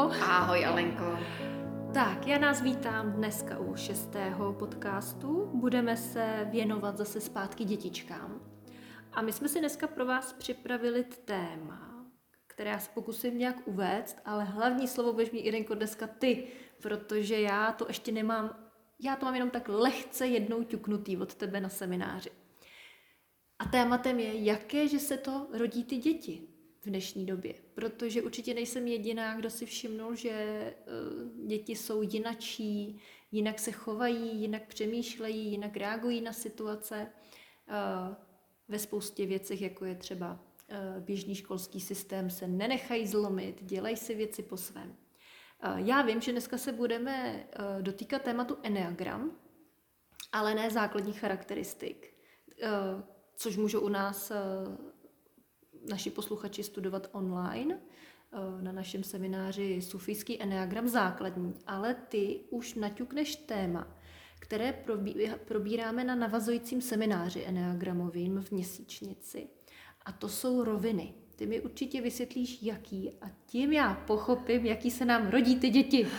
Ahoj, Alenko. Tak, já nás vítám dneska u 6. podcastu. Budeme se věnovat zase zpátky dětičkám. A my jsme si dneska pro vás připravili téma, které já se pokusím nějak uvést, ale hlavní slovo budeš mít, Irenko, dneska ty, protože já to ještě nemám, já to mám jenom tak lehce jednou ťuknutý od tebe na semináři. A tématem je, jaké, že se to rodí ty děti v dnešní době. Protože určitě nejsem jediná, kdo si všimnul, že děti jsou jinačí, jinak se chovají, jinak přemýšlejí, jinak reagují na situace ve spoustě věcech, jako je třeba běžný školský systém, se nenechají zlomit, dělají si věci po svém. Já vím, že dneska se budeme dotýkat tématu Enneagram, ale ne základních charakteristik, což můžou u nás naši posluchači studovat online na našem semináři Sufijský enneagram základní, ale ty už naťukneš téma, které probíráme na navazujícím semináři enneagramovým v Měsíčnici. A to jsou roviny. Ty mi určitě vysvětlíš, jaký, a tím já pochopím, jaký se nám rodí ty děti.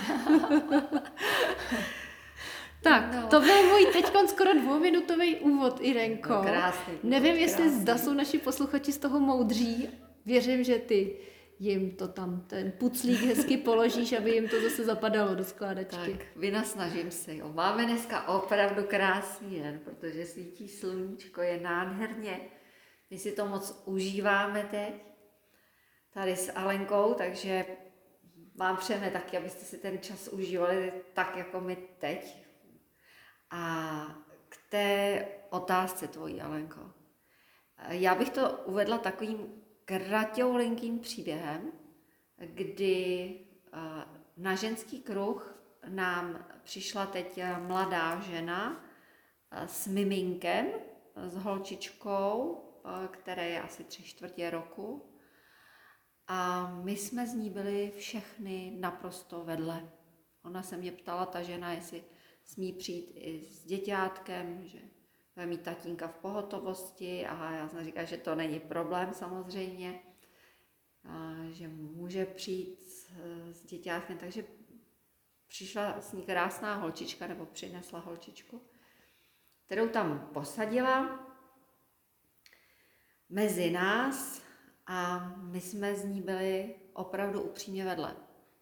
Tak, no. To byl můj teďkon skoro 2minutový úvod, Irenko. No, krásný. Nevím, jestli zda jsou naši posluchači z toho moudří. Věřím, že ty jim to tam, ten puclík hezky položíš, aby jim to zase zapadalo do skládačky. Tak, vynasnažím se. Jo. Máme dneska opravdu krásný den, protože svítí sluníčko, je nádherně. My si to moc užíváme teď, tady s Alenkou, takže vám přejeme taky, abyste si ten čas užívali tak, jako my teď. A k té otázce tvojí, Alenko. Já bych to uvedla takovým kraťoulinkým příběhem, kdy na ženský kruh nám přišla teď mladá žena s miminkem, s holčičkou, které je asi 3/4 roku. A my jsme z ní byli všechny naprosto vedle. Ona se mě ptala, ta žena, jestli smí přijít i s děťátkem, že bude mít tatínka v pohotovosti, a já jsem říkala, že to není problém samozřejmě, a že může přijít s děťátkem, takže přišla s ní krásná holčička, nebo přinesla holčičku, kterou tam posadila mezi nás a my jsme z ní byli opravdu upřímně vedle.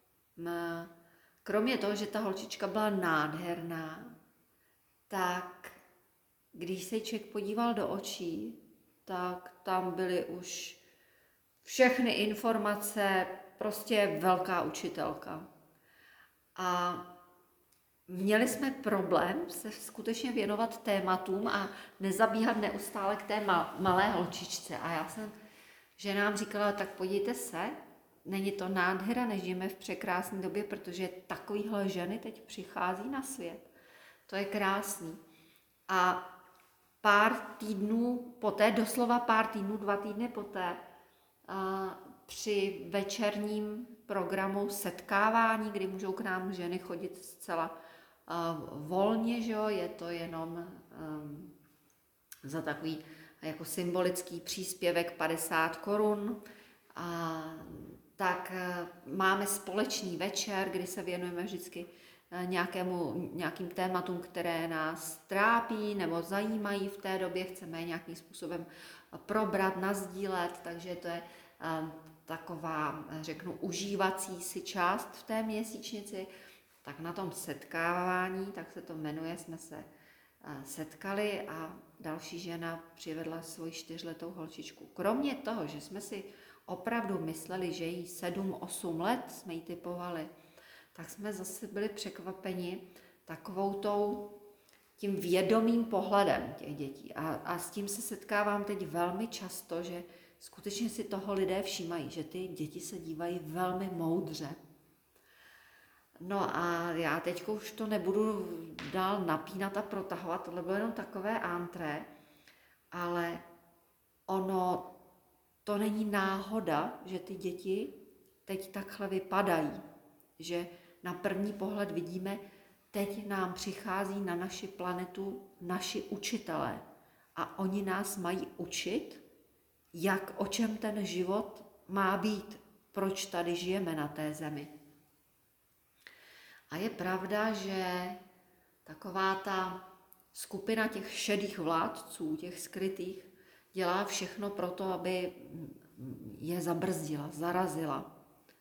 Kromě toho, že ta holčička byla nádherná, tak když se člověk podíval do očí, tak tam byly už všechny informace, prostě velká učitelka. A měli jsme problém se skutečně věnovat tématům a nezabíhat neustále k té malé holčičce. A já jsem ženám říkala, tak podívejte se, není to nádhera, nežijeme v překrásné době, protože takovýhle ženy teď přichází na svět. To je krásný. A pár týdnů poté, doslova pár týdnů, 2 týdny poté, při večerním programu setkávání, kdy můžou k nám ženy chodit zcela volně, že jo? Je to jenom za takový jako symbolický příspěvek 50 korun. Tak máme společný večer, kdy se věnujeme vždycky nějakým tématům, které nás trápí nebo zajímají v té době, chceme je nějakým způsobem probrat, nasdílet, takže to je taková, řeknu, užívací si část v té měsíčnici. Tak na tom setkávání, tak se to jmenuje, jsme se setkali a další žena přivedla svoji 4letou holčičku. Kromě toho, že jsme si opravdu mysleli, že jí 7-8 let jsme jí typovali, tak jsme zase byli překvapeni tím vědomým pohledem těch dětí. A s tím se setkávám teď velmi často, že skutečně si toho lidé všímají, že ty děti se dívají velmi moudře. No a já teď už to nebudu dál napínat a protahovat, tohle bylo jenom takové entrée, ale ono to není náhoda, že ty děti teď takhle vypadají, že na první pohled vidíme, teď nám přichází na naši planetu naši učitelé a oni nás mají učit, o čem ten život má být, proč tady žijeme na té zemi. A je pravda, že taková ta skupina těch šedých vládců, těch skrytých, dělá všechno pro to, aby je zabrzdila, zarazila.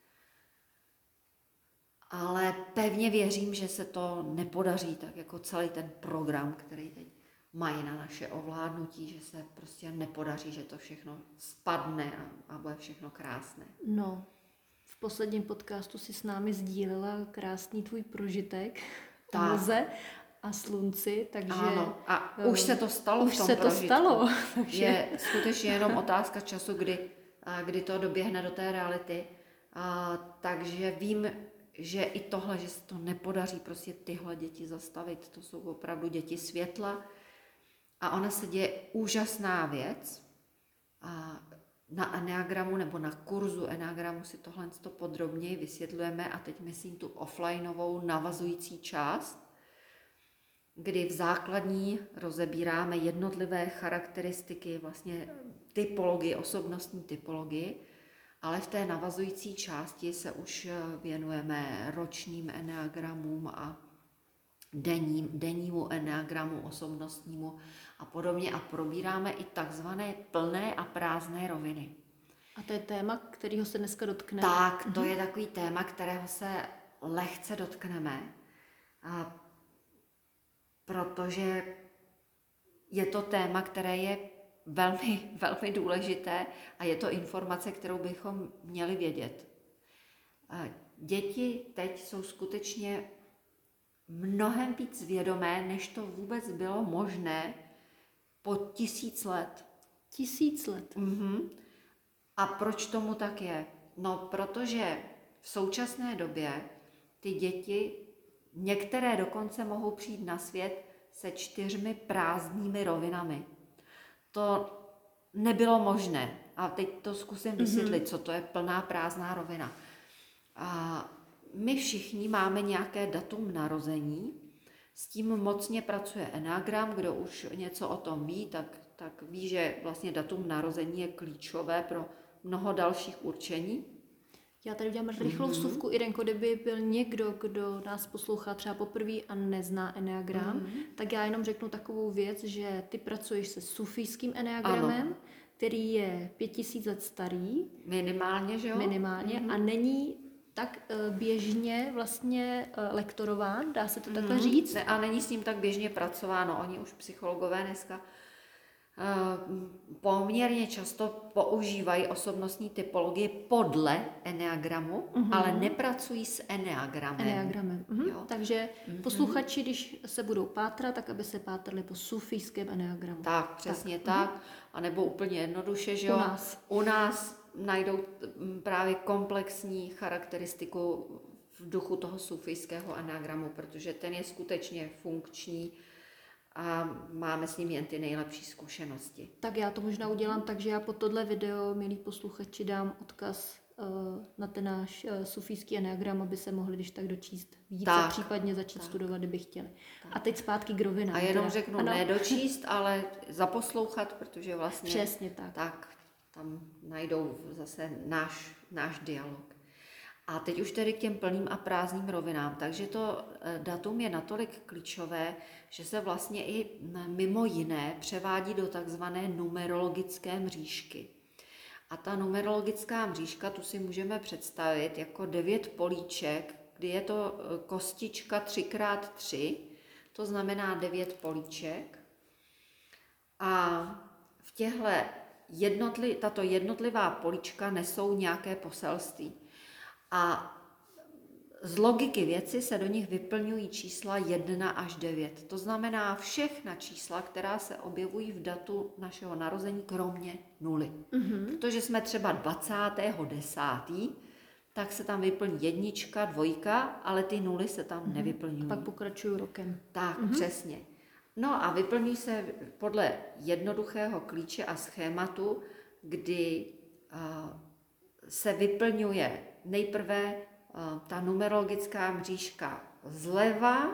Ale pevně věřím, že se to nepodaří, tak jako celý ten program, který teď mají na naše ovládnutí, že se prostě nepodaří, že to všechno spadne a bude všechno krásné. No, v posledním podcastu si s námi sdílela krásný tvůj prožitek v mlze a slunci, takže... Ano, a už se to stalo už v tom se to prožitku. stalo. Takže... Je skutečně jenom otázka času, kdy to doběhne do té reality. Takže vím, že i tohle, že se to nepodaří prostě tyhle děti zastavit, to jsou opravdu děti světla. A ona se děje úžasná věc. A na enneagramu nebo na kurzu enneagramu si tohle podrobněji vysvětlujeme a teď myslím tu offlineovou navazující část, kdy v základní rozebíráme jednotlivé charakteristiky, vlastně typologii, osobnostní typologii, ale v té navazující části se už věnujeme ročním enneagramům a dennímu enneagramu osobnostnímu a podobně a probíráme i takzvané plné a prázdné roviny. A to je téma, kterého se dneska dotkneme. Tak, to je takový téma, kterého se lehce dotkneme, protože je to téma, které je velmi, velmi důležité a je to informace, kterou bychom měli vědět. Děti teď jsou skutečně mnohem víc vědomé, než to vůbec bylo možné po 1000 let. 1000 let. A proč tomu tak je? No, protože v současné době ty děti, některé dokonce mohou přijít na svět se 4 prázdnými rovinami. To nebylo možné. A teď to zkusím vysvětlit, co to je plná prázdná rovina. A my všichni máme nějaké datum narození, s tím mocně pracuje enneagram, kdo už něco o tom ví, tak ví, že vlastně datum narození je klíčové pro mnoho dalších určení. Já tady udělám rychlou vsuvku, Irenko, kdyby byl někdo, kdo nás poslouchá třeba poprvé a nezná enneagram, tak já jenom řeknu takovou věc, že ty pracuješ se sufijským enneagramem, který je 5000 let starý. Minimálně, že jo? Minimálně a není tak běžně vlastně lektorován, dá se to takhle říct? A není s ním tak běžně pracováno. Oni už psychologové dneska poměrně často používají osobnostní typologii podle enneagramu, ale nepracují s enneagramem. Takže posluchači, když se budou pátrat, tak aby se pátrali po sufijském enneagramu. Tak, přesně tak. A nebo úplně jednoduše, že jo? U nás najdou právě komplexní charakteristiku v duchu toho sufijského enneagramu, protože ten je skutečně funkční a máme s ním jen ty nejlepší zkušenosti. Tak já to možná udělám tak, že já pod tohle video, milí posluchači, dám odkaz na ten náš sufijský enneagram, aby se mohli když tak dočíst víc a případně začít studovat, kdyby chtěli. Tak. A teď zpátky k rovinám. A jenom řeknu, ne dočíst, ale zaposlouchat, protože vlastně přesně tak. Tak tam najdou zase náš dialog. A teď už tedy k těm plným a prázdným rovinám. Takže to datum je natolik klíčové, že se vlastně i mimo jiné převádí do takzvané numerologické mřížky. A ta numerologická mřížka, tu si můžeme představit jako 9 políček, kdy je to kostička 3x3, to znamená 9 políček. A v tato jednotlivá políčka nesou nějaké poselství. A z logiky věci se do nich vyplňují čísla 1 až 9. To znamená všechna čísla, která se objevují v datu našeho narození, kromě 0. Protože jsme třeba 20.10., tak se tam vyplní 1, 2, ale ty 0 se tam nevyplňují. Pak pokračuju rokem. Tak, přesně. No a vyplňují se podle jednoduchého klíče a schématu, kdy se vyplňuje nejprve ta numerologická mřížka zleva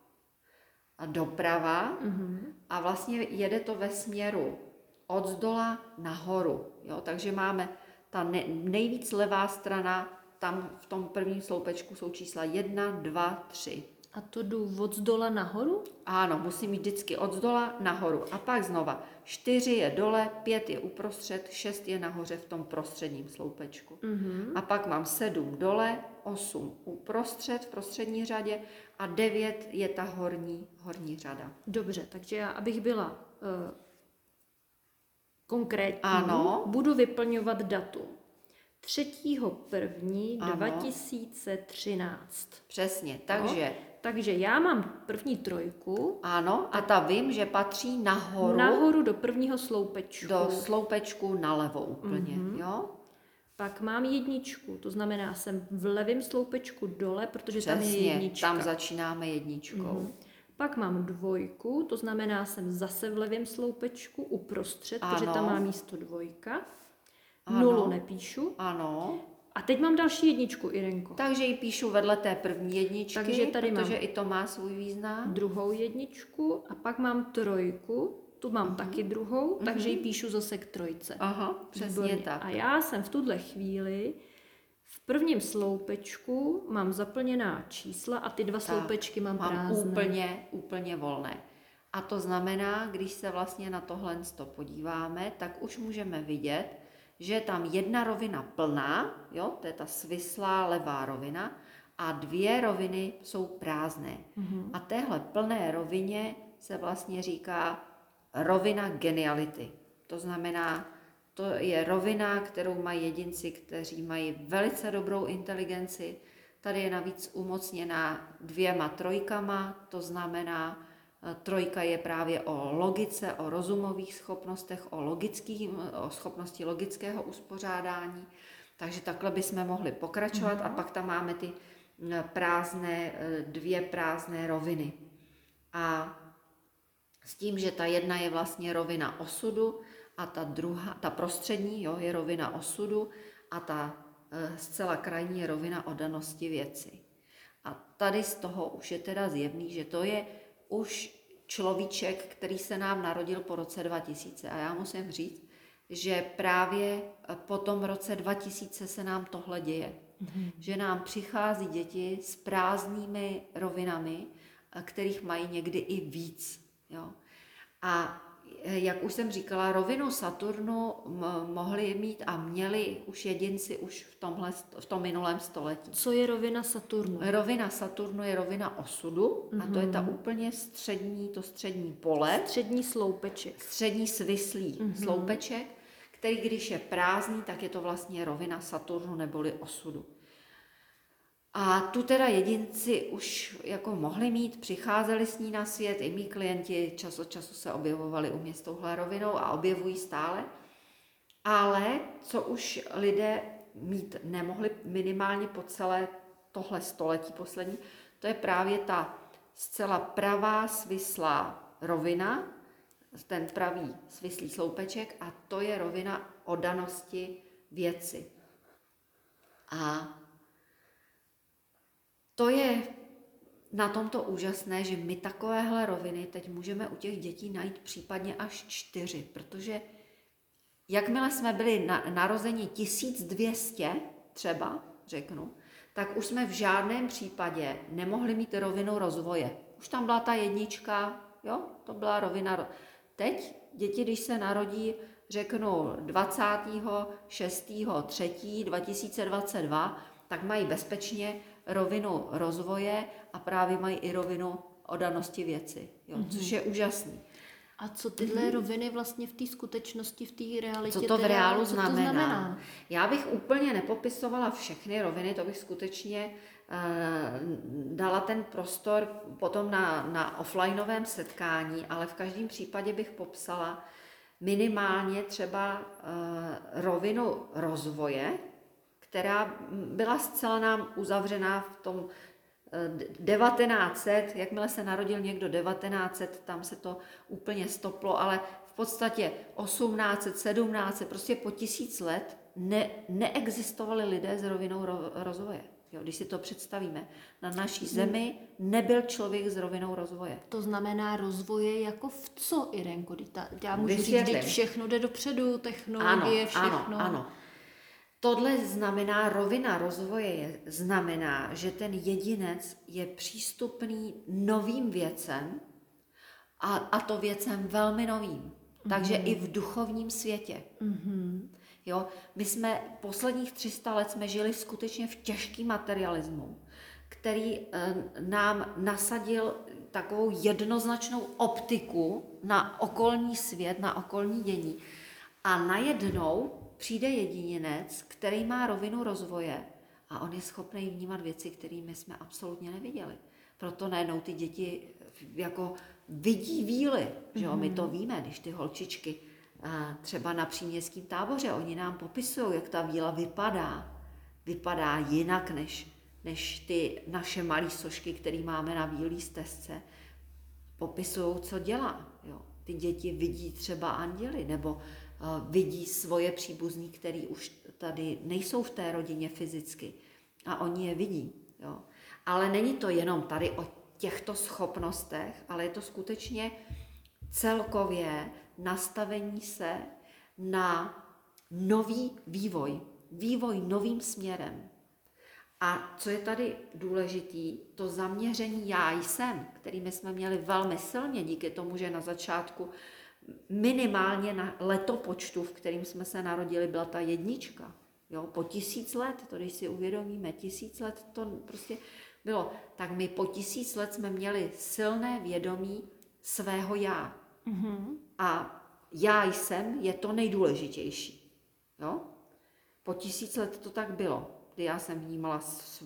a doprava a vlastně jede to ve směru odzdola nahoru. Jo? Takže máme ta nejvíc levá strana tam v tom prvním sloupečku jsou čísla 1, 2, 3. A to jdu od zdola nahoru? Ano, musím jít vždycky od zdola nahoru. A pak znova 4 je dole, 5 je uprostřed, 6 je nahoře v tom prostředním sloupečku. A pak mám 7 dole, 8 uprostřed v prostřední řadě a 9 je ta horní řada. Dobře, takže já, abych byla konkrétní, Ano. budu vyplňovat datum. 3.1. Ano. 2013. Přesně, takže Takže já mám první trojku. ano, a ta vím, že patří Nahoru do prvního sloupečku. do sloupečku nalevo úplně, jo? Pak mám jedničku, to znamená, jsem v levém sloupečku dole, protože tam je Přesně, jednička. tam začínáme jedničkou. Pak mám dvojku, to znamená, jsem zase v levém sloupečku uprostřed, protože Ano. tam má místo dvojka. Ano. Nulu nepíšu. Ano, A teď mám další jedničku, Irenko. takže ji píšu vedle té první jedničky, Takže tady protože mám i to má svůj význam. Druhou jedničku a pak mám trojku, tu mám taky druhou, takže ji píšu zase k trojce. Aha, přesně Výborně. tak. A já jsem v tuhle chvíli v prvním sloupečku mám zaplněná čísla a ty dva sloupečky mám prázdné. úplně volné. A to znamená, když se vlastně na tohle podíváme, tak už můžeme vidět, že je tam jedna rovina plná, jo, to je ta svislá levá rovina, a 2 roviny jsou prázdné. A téhle plné rovině se vlastně říká rovina geniality. To znamená, to je rovina, kterou mají jedinci, kteří mají velice dobrou inteligenci. Tady je navíc umocněná 2 trojkama, to znamená, trojka je právě o logice, o rozumových schopnostech, o schopnosti logického uspořádání. Takže takhle bychom mohli pokračovat a pak tam máme ty prázdné, 2 prázdné roviny. A s tím, že ta jedna je vlastně rovina osudu a ta druhá, ta prostřední, jo, je rovina osudu a ta zcela krajní je rovina oddanosti věci. A tady z toho už je teda zjevný, že to je už človíček, který se nám narodil po roce 2000. A já musím říct, že právě po tom roce 2000 se nám tohle děje. Že nám přichází děti s prázdnými rovinami, kterých mají někdy i víc. Jo. A jak už jsem říkala, rovinu Saturnu mohli mít a měli už jedinci už v tom minulém století. Co je rovina Saturnu? Rovina Saturnu je rovina osudu a to je ta úplně střední, to střední pole. Střední sloupeček. Střední svislý sloupeček, který když je prázdný, tak je to vlastně rovina Saturnu neboli osudu. A tu teda jedinci už jako mohli mít, přicházeli s ní na svět, i mý klienti čas od času se objevovali u mě s touhle rovinou a objevují stále. Ale co už lidé mít nemohli minimálně po celé tohle století poslední, to je právě ta zcela pravá svislá rovina, ten pravý svislý sloupeček a to je rovina oddanosti věci. A to je na tomto úžasné, že my takovéhle roviny teď můžeme u těch dětí najít případně až 4, protože jakmile jsme byli narozeni 1200 třeba, řeknu, tak už jsme v žádném případě nemohli mít rovinu rozvoje. Už tam byla ta jednička, jo, to byla rovina. Teď děti, když se narodí, řeknu 26.3.2022, tak mají bezpečně rovinu rozvoje a právě mají i rovinu oddanosti věci, jo, což je úžasný. A co tyhle roviny vlastně v té skutečnosti, v té realitě? Co to v reálu co to znamená? Já bych úplně nepopisovala všechny roviny, to bych skutečně dala ten prostor potom na offlineovém setkání, ale v každém případě bych popsala minimálně třeba rovinu rozvoje, která byla zcela nám uzavřená v tom 1900, jakmile se narodil někdo 1900, tam se to úplně stoplo, ale v podstatě 1800, 1700, prostě po 1000 let neexistovali lidé s rovinou rozvoje. Jo, když si to představíme, na naší zemi nebyl člověk s rovinou rozvoje. To znamená rozvoje jako v co, Irenko? Já můžu Vysvětlím. říct, že všechno jde dopředu, technologie, všechno. Ano. Tohle znamená, rovina rozvoje znamená, že ten jedinec je přístupný novým věcem a to věcem velmi novým. Takže i v duchovním světě. Jo, my jsme posledních 300 let jsme žili skutečně v těžkém materialismu, který nám nasadil takovou jednoznačnou optiku na okolní svět, na okolní dění. A najednou přijde jedinec, který má rovinu rozvoje a on je schopný vnímat věci, kterými jsme absolutně neviděli. Proto najednou ty děti jako vidí víly, že jo? My to víme, když ty holčičky třeba na příměstském táboře, oni nám popisují, jak ta víla vypadá. Vypadá jinak, než ty naše malé sošky, které máme na bílé stezce. Popisují, co dělá. Jo? Ty děti vidí třeba anděly, nebo vidí svoje příbuzní, který už tady nejsou v té rodině fyzicky. A oni je vidí. Jo? Ale není to jenom tady o těchto schopnostech, ale je to skutečně celkově nastavení se na nový vývoj novým směrem. A co je tady důležitý, to zaměření já jsem, kterými jsme měli velmi silně díky tomu, že na začátku minimálně na letopočtu, v kterým jsme se narodili, byla ta jednička. Jo, po 1000 let, to když si uvědomíme, 1000 let to prostě bylo. Tak my po 1000 let jsme měli silné vědomí svého já. A já jsem je to nejdůležitější. Jo? Po 1000 let to tak bylo, kdy já jsem vnímala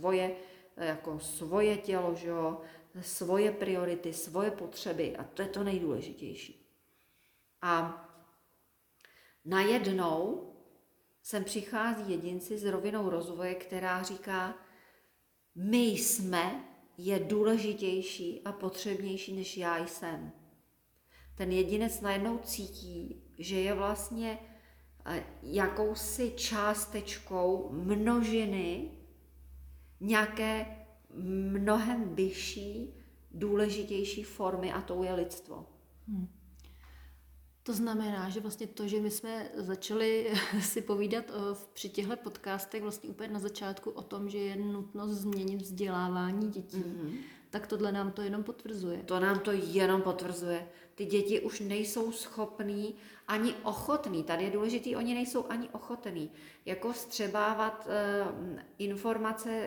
svoje tělo, že jo? Svoje priority, svoje potřeby a to je to nejdůležitější. A najednou sem přichází jedinci s rovinou rozvoje, která říká, my jsme je důležitější a potřebnější, než já jsem. Ten jedinec najednou cítí, že je vlastně jakousi částečkou množiny nějaké mnohem vyšší, důležitější formy a tou je lidstvo. To znamená, že vlastně to, že my jsme začali si povídat při těchto podcastech vlastně úplně na začátku o tom, že je nutnost změnit vzdělávání dětí, tak tohle nám to jenom potvrzuje. To nám to jenom potvrzuje. Ty děti už nejsou schopní ani ochotní. Tady je důležitý, oni nejsou ani ochotní. Jako vstřebávat informace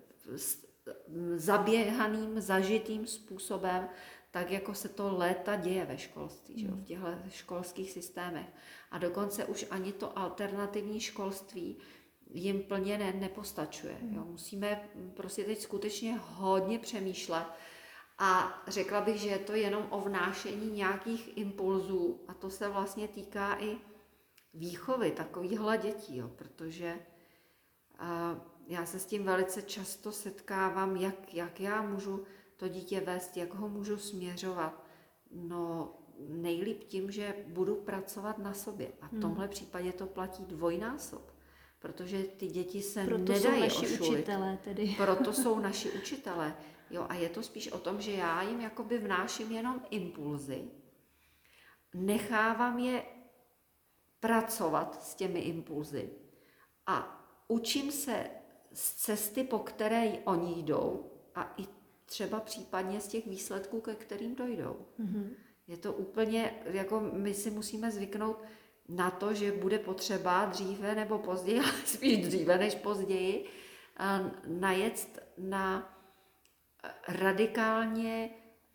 zaběhaným, zažitým způsobem, tak jako se to léta děje ve školství, že jo, v těchto školských systémech. A dokonce už ani to alternativní školství jim plně nepostačuje. Jo. Musíme prostě teď skutečně hodně přemýšlet a řekla bych, že je to jenom o vnášení nějakých impulzů a to se vlastně týká i výchovy takovýchhle dětí, jo, protože já se s tím velice často setkávám, jak já můžu to dítě vést, jak ho můžu směřovat. No nejlíp tím, že budu pracovat na sobě. A v tomhle případě to platí dvojnásob, protože ty děti se proto nedají jsou naši učitelé tedy. Proto jsou naši učitelé. Jo, a je to spíš o tom, že já jim jakoby vnáším jenom impulzy, nechávám je pracovat s těmi impulzy a učím se z cesty, po které oni jdou a i třeba případně z těch výsledků, ke kterým dojdou. Je to úplně, jako my si musíme zvyknout na to, že bude potřeba dříve nebo později, ale spíš dříve než později, najet na radikálně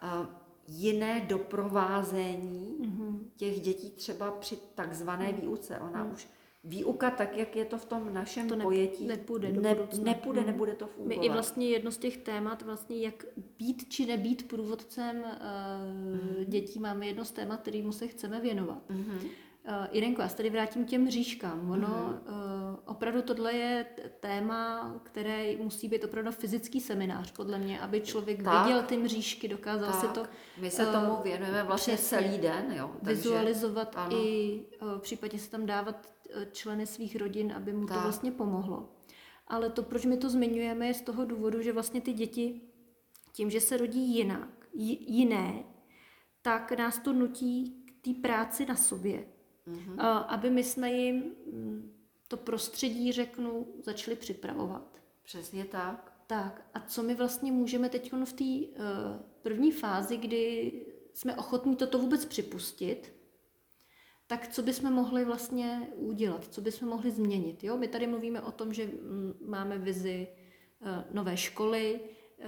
jiné doprovázení těch dětí třeba při takzvané výuce. Ona už výuka, tak jak je to v tom našem pojetí, nebude to fungovat. My i vlastně jedno z těch témat, vlastně jak být či nebýt průvodcem dětí, máme jedno z témat, kterému se chceme věnovat. Irenko, já se tady vrátím k těm mřížkám. Ono, opravdu tohle je téma, které musí být opravdu fyzický seminář, podle mě, aby člověk viděl ty mřížky, dokázal si to my se tomu věnujeme vlastně celý den. Jo, vizualizovat i případně se tam dávat členy svých rodin, aby mu to vlastně pomohlo. Ale to, proč my to zmiňujeme, je z toho důvodu, že vlastně ty děti, tím, že se rodí jiné, tak nás to nutí k té práci na sobě. Aby my jsme jim to prostředí, řeknu, začali připravovat. Přesně tak. Tak a co my vlastně můžeme teď v té první fázi, kdy jsme ochotní toto vůbec připustit, tak co bychom mohli vlastně udělat, co bychom mohli změnit. Jo? My tady mluvíme o tom, že máme vizi nové školy,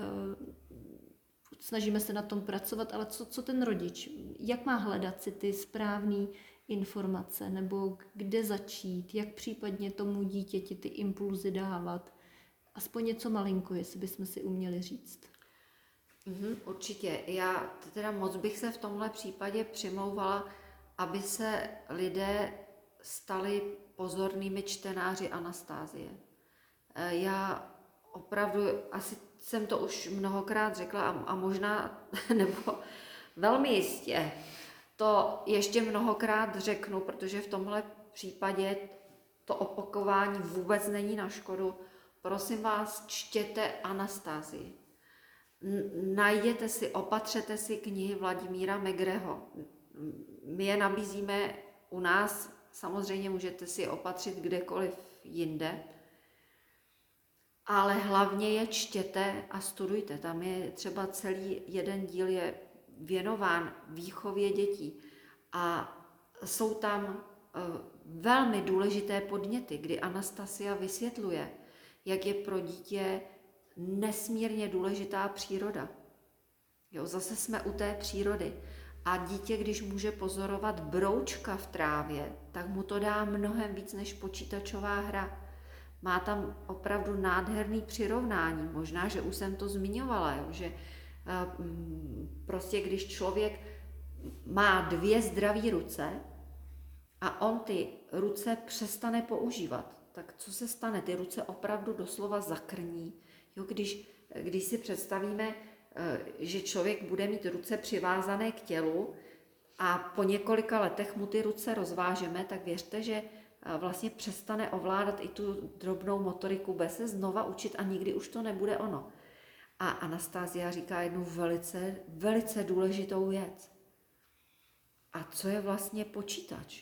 snažíme se na tom pracovat, ale co ten rodič, jak má hledat si ty správné informace, nebo kde začít, jak případně tomu dítěti ty impulzy dávat, aspoň něco malinko, jestli bychom si uměli říct. Určitě. Já teda moc bych se v tomhle případě přimlouvala, aby se lidé stali pozornými čtenáři Anastázie. Já opravdu, asi jsem to už mnohokrát řekla a možná, nebo velmi jistě, to ještě mnohokrát řeknu, protože v tomhle případě to opakování vůbec není na škodu. Prosím vás, čtěte Anastázii. Najděte si, opatřete si knihy Vladimíra Megreho. My je nabízíme u nás, samozřejmě můžete si je opatřit kdekoliv jinde, ale hlavně je čtěte a studujte. Tam je třeba celý jeden díl je věnován výchově dětí a jsou tam velmi důležité podněty, kdy Anastasia vysvětluje, jak je pro dítě nesmírně důležitá příroda. Jo, zase jsme u té přírody. A dítě, když může pozorovat broučka v trávě, tak mu to dá mnohem víc než počítačová hra. Má tam opravdu nádherný přirovnání. Možná, že už jsem to zmiňovala, jo, že prostě když člověk má 2 zdravé ruce a on ty ruce přestane používat, tak co se stane? Ty ruce opravdu doslova zakrní. Jo, když si představíme, že člověk bude mít ruce přivázané k tělu a po několika letech mu ty ruce rozvážeme, tak věřte, že vlastně přestane ovládat i tu drobnou motoriku, bude se znova učit a nikdy už to nebude ono. A Anastázia říká jednu velice, velice důležitou věc. A co je vlastně počítač?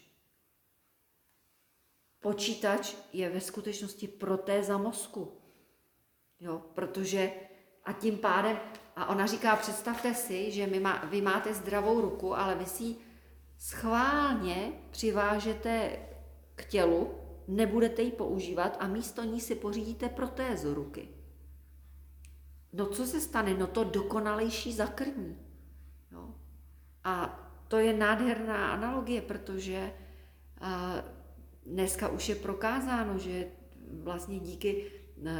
Počítač je ve skutečnosti protéza mozku. Jo, protože a tím pádem, a ona říká, představte si, že vy máte zdravou ruku, ale vy si ji schválně přivážete k tělu, nebudete ji používat a místo ní si pořídíte protézu ruky. No co se stane? No to dokonalejší zakrní. Jo. A to je nádherná analogie, protože dneska už je prokázáno, že vlastně díky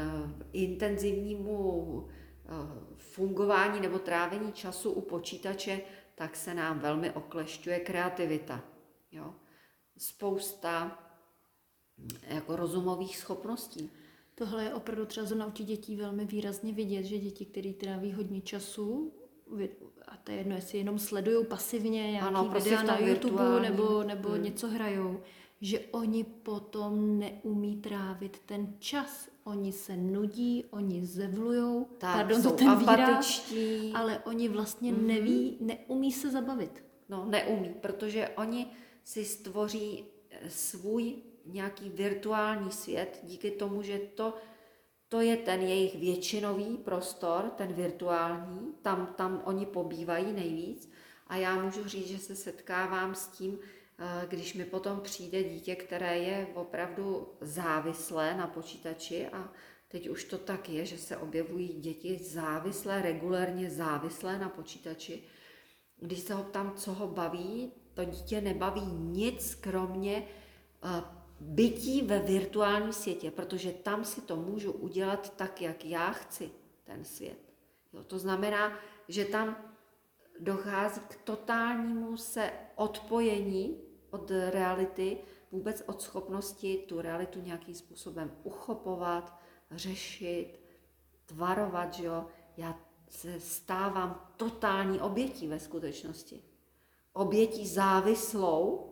intenzivnímu fungování nebo trávení času u počítače, tak se nám velmi oklešťuje kreativita. Jo. Spousta jako rozumových schopností. Tohle je opravdu třeba zrovna u těch dětí velmi výrazně vidět, že děti, které tráví hodně času, a to je jedno, jestli jenom sledují pasivně nějaký videa na YouTube nebo něco hrajou, že oni potom neumí trávit ten čas. Oni se nudí, oni zevlujou, pardon za ten výraz, ale oni vlastně neumí se zabavit. No, neumí, protože oni si stvoří svůj nějaký virtuální svět díky tomu, že to je ten jejich většinový prostor, ten virtuální, tam oni pobývají nejvíc a já můžu říct, že se setkávám s tím, když mi potom přijde dítě, které je opravdu závislé na počítači a teď už to tak je, že se objevují děti závislé, regulérně závislé na počítači. Když se ho ptám, co ho baví, to dítě nebaví nic, kromě bytí ve virtuálním světě, protože tam si to můžu udělat tak, jak já chci, ten svět. Jo, to znamená, že tam dochází k totálnímu se odpojení od reality, vůbec od schopnosti tu realitu nějakým způsobem uchopovat, řešit, tvarovat, že jo. Já se stávám totální obětí ve skutečnosti. Obětí závislou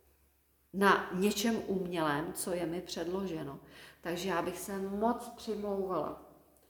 na něčem umělém, co je mi předloženo. Takže já bych se moc přimlouvala.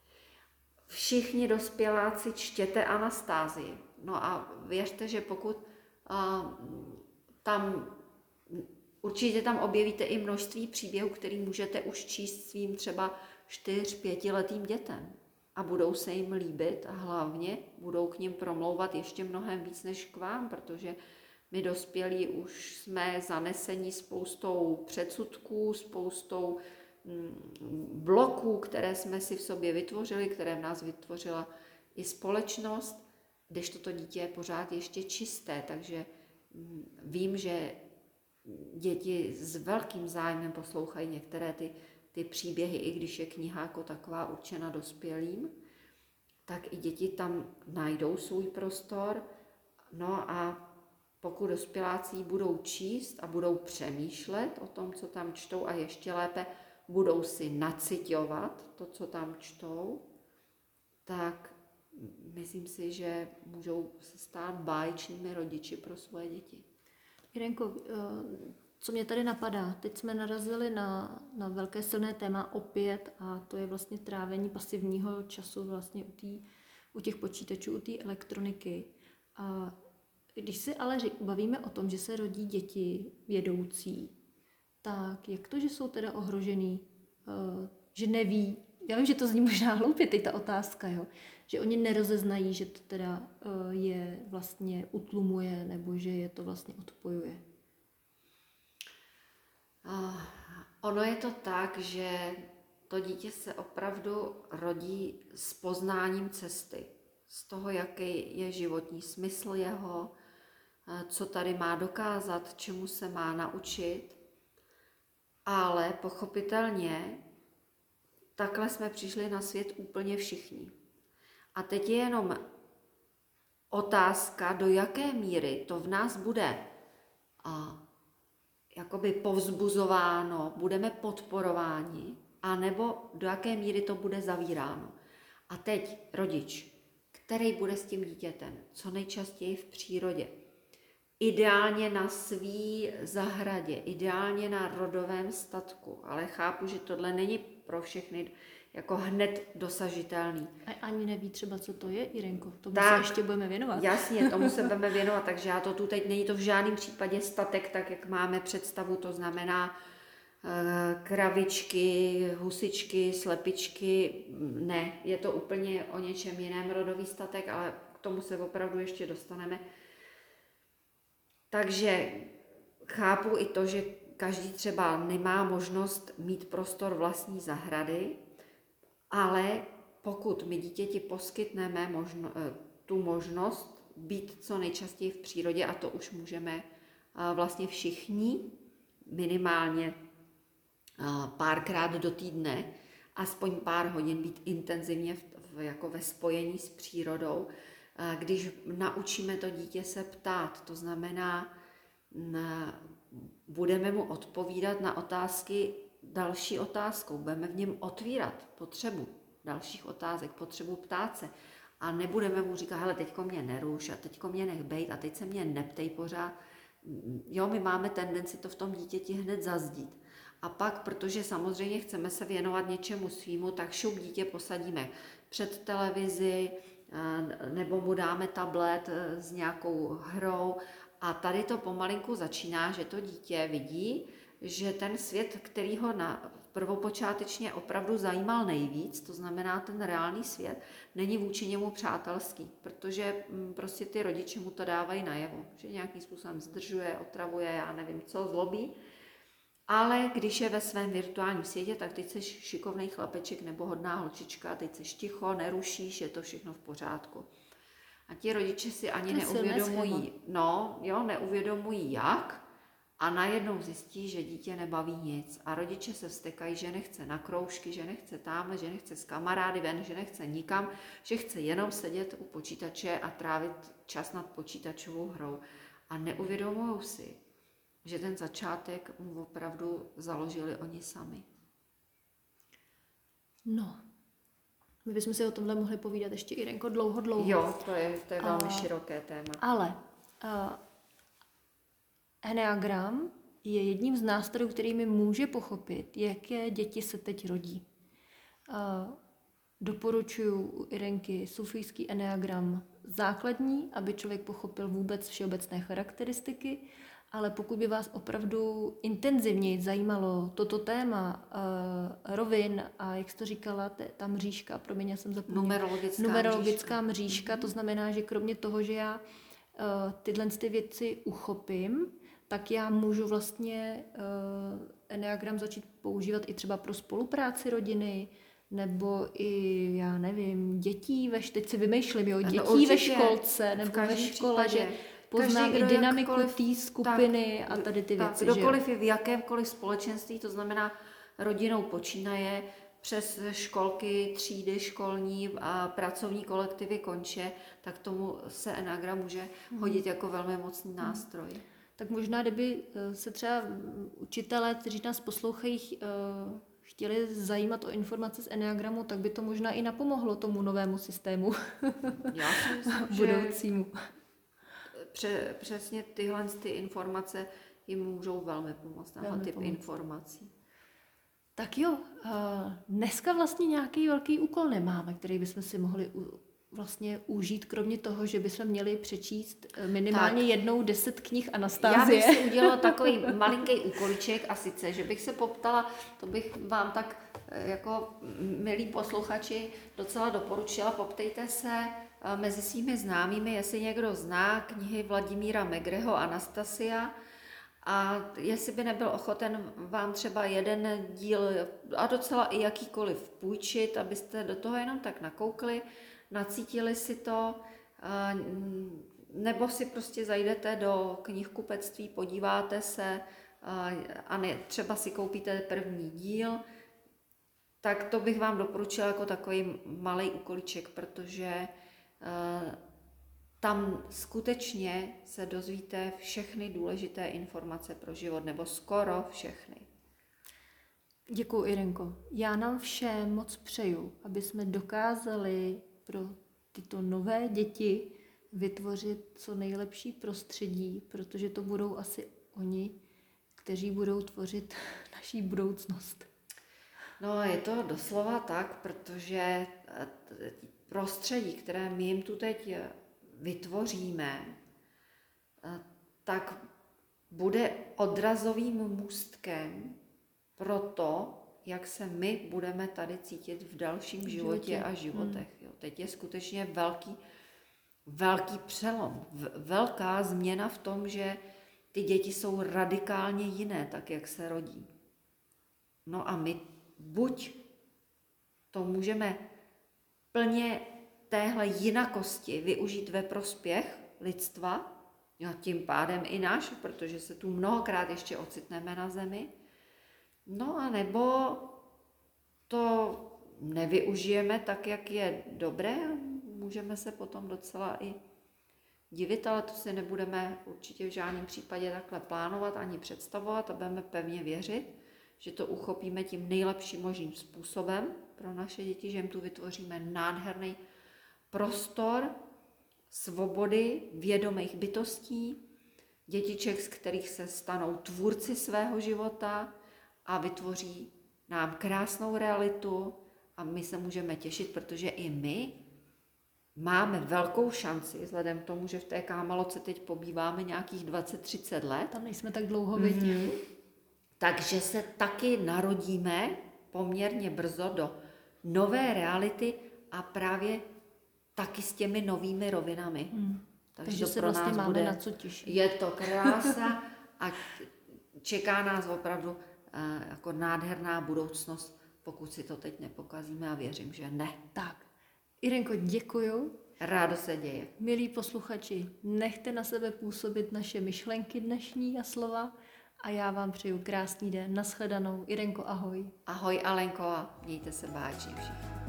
Všichni dospěláci čtěte Anastázii. No a věřte, že pokud tam určitě tam objevíte i množství příběhů, který můžete už číst svým třeba 4-5letým dětem. A budou se jim líbit a hlavně budou k nim promlouvat ještě mnohem víc než k vám, protože my dospělí už jsme zaneseni spoustou předsudků, spoustou bloků, které jsme si v sobě vytvořili, které v nás vytvořila i společnost, když toto dítě je pořád ještě čisté. Takže vím, že děti s velkým zájmem poslouchají některé ty příběhy, i když je kniha jako taková určena dospělým, tak i děti tam najdou svůj prostor. No a pokud dospěláci budou číst a budou přemýšlet o tom, co tam čtou, a ještě lépe budou si naciťovat to, co tam čtou, tak myslím si, že můžou se stát báječnými rodiči pro svoje děti. Jirenko, co mě tady napadá, teď jsme narazili na velké silné téma opět, a to je vlastně trávení pasivního času vlastně u těch počítačů, u té elektroniky. A když si ale bavíme o tom, že se rodí děti vědoucí, tak jak to, že jsou teda ohrožený, že neví, já vím, že to zní možná hloupě, teď ta otázka, jo? Že oni nerozeznají, že to teda je vlastně utlumuje, nebo že je to vlastně odpojuje. Ono je to tak, že to dítě se opravdu rodí s poznáním cesty, z toho, jaký je životní smysl jeho, co tady má dokázat, čemu se má naučit, ale pochopitelně takhle jsme přišli na svět úplně všichni. A teď je jenom otázka, do jaké míry to v nás bude jakoby povzbuzováno, budeme podporováni, anebo do jaké míry to bude zavíráno. A teď rodič, který bude s tím dítětem co nejčastěji v přírodě, ideálně na svý zahradě, ideálně na rodovém statku, ale chápu, že tohle není pro všechny jako hned dosažitelný. A ani neví třeba, co to je, Jirenko, tomu se ještě budeme věnovat. Jasně, tomu se budeme věnovat, takže já to tu teď, není to v žádném případě statek, tak jak máme představu, to znamená kravičky, husičky, slepičky, ne, je to úplně o něčem jiném rodový statek, ale k tomu se opravdu ještě dostaneme. Takže chápu i to, že každý třeba nemá možnost mít prostor vlastní zahrady, ale pokud my dítěti poskytneme tu možnost být co nejčastěji v přírodě, a to už můžeme vlastně všichni, minimálně párkrát do týdne, aspoň pár hodin být intenzivně jako ve spojení s přírodou, když naučíme to dítě se ptát, to znamená, budeme mu odpovídat na otázky další otázkou, budeme v něm otvírat potřebu dalších otázek, potřebu ptát se, a nebudeme mu říkat, hele, teďko mě neruš a teďko mě nech bejt a teď se mě neptej pořád. Jo, my máme tendenci to v tom dítěti hned zazdít. A pak, protože samozřejmě chceme se věnovat něčemu svýmu, tak šup dítě posadíme před televizi, nebo mu dáme tablet s nějakou hrou, a tady to pomalinku začíná, že to dítě vidí, že ten svět, který ho prvopočátečně opravdu zajímal nejvíc, to znamená ten reálný svět, není vůči němu přátelský, protože prostě ty rodiče mu to dávají najevo, že nějakým způsobem zdržuje, otravuje, já nevím co, zlobí. Ale když je ve svém virtuálním světě, tak teď jsi šikovnej chlapeček nebo hodná holčička, teď jsi ticho, nerušíš, je to všechno v pořádku. A ti rodiče si ani neuvědomují, neuvědomují jak, a najednou zjistí, že dítě nebaví nic. A rodiče se vztekají, že nechce na kroužky, že nechce tamhle, že nechce s kamarády ven, že nechce nikam, že chce jenom sedět u počítače a trávit čas nad počítačovou hrou. A neuvědomují si, že ten začátek mu opravdu založili oni sami. No, my bychom si o tomhle mohli povídat ještě, Jirenko, dlouho. Jo, to je velmi široké téma. Ale Enneagram je jedním z nástrojů, který mi může pochopit, jaké děti se teď rodí. Doporučuji u Irenky sufijský enneagram základní, aby člověk pochopil vůbec všeobecné charakteristiky, ale pokud by vás opravdu intenzivněji zajímalo toto téma rovin a jak jsi to říkala, ta mřížka, promiň, já jsem zapomněla. Numerologická mřížka, to znamená, že kromě toho, že já tyhle ty věci uchopím, tak já můžu vlastně enneagram začít používat i třeba pro spolupráci rodiny, nebo i, já nevím, dětí, teď si vymýšlím, jo, dětí určitě, ve školce, nebo ve škole, že poznám i dynamiku té skupiny a tady ty věci. Kdokoliv je v jakémkoliv společenství, to znamená rodinou počínaje, přes školky, třídy školní a pracovní kolektivy konče, tak tomu se enneagram může hodit jako velmi mocný nástroj. Tak možná, kdyby se třeba učitelé, kteří nás poslouchají, chtěli zajímat o informace z enneagramu, tak by to možná i napomohlo tomu novému systému. Já si myslím, budoucímu. Přesně tyhle ty informace jim můžou velmi pomoct, tenhle typ informací. Tak jo, dneska vlastně nějaký velký úkol nemáme, který bychom si mohli vlastně užít, kromě toho, že bychom měli přečíst minimálně jednou 10 knih Anastasie. Já bych si udělala takový malinký úkolíček a sice, že bych se poptala, to bych vám tak jako milí posluchači docela doporučila, poptejte se mezi svými známými, jestli někdo zná knihy Vladimíra Megreho Anastasia a jestli by nebyl ochoten vám třeba jeden díl a docela i jakýkoliv půjčit, abyste do toho jenom tak nakoukli, nacítili si to, nebo si prostě zajdete do knihkupectví, podíváte se a třeba si koupíte první díl, tak to bych vám doporučila jako takový malý úkolíček, protože tam skutečně se dozvíte všechny důležité informace pro život, nebo skoro všechny. Děkuji, Irenko. Já nám všem moc přeju, aby jsme dokázali pro tyto nové děti vytvořit co nejlepší prostředí, protože to budou asi oni, kteří budou tvořit naší budoucnost. No, je to doslova tak, protože prostředí, které my jim tu teď vytvoříme, tak bude odrazovým můstkem pro to, jak se my budeme tady cítit v dalším životě a životech. Jo. Teď je skutečně velký přelom, velká změna v tom, že ty děti jsou radikálně jiné, tak jak se rodí. No a my buď to můžeme plně téhle jinakosti využít ve prospěch lidstva, a tím pádem i náš, protože se tu mnohokrát ještě ocitneme na zemi, no a nebo to nevyužijeme tak, jak je dobré a můžeme se potom docela i divit, ale to si nebudeme určitě v žádném případě takhle plánovat ani představovat a budeme pevně věřit, že to uchopíme tím nejlepším možným způsobem pro naše děti, že jim tu vytvoříme nádherný prostor svobody, vědomých bytostí, dětiček, z kterých se stanou tvůrci svého života a vytvoří nám krásnou realitu a my se můžeme těšit, protože i my máme velkou šanci, vzhledem k tomu, že v té Kámaloce teď pobýváme nějakých 20-30 let. Tam nejsme tak dlouho viděli. Takže se taky narodíme poměrně brzo do nové reality a právě taky s těmi novými rovinami. Takže se vlastně máme na co těšit. Je to krása a čeká nás opravdu jako nádherná budoucnost, pokud si to teď nepokazíme a věřím, že ne. Tak, Irenko, děkuju. Rádo se děje. Milí posluchači, nechte na sebe působit naše myšlenky dnešní a slova a já vám přeju krásný den. Nashledanou. Irenko, ahoj. Ahoj Alenko a mějte se báječně všichni.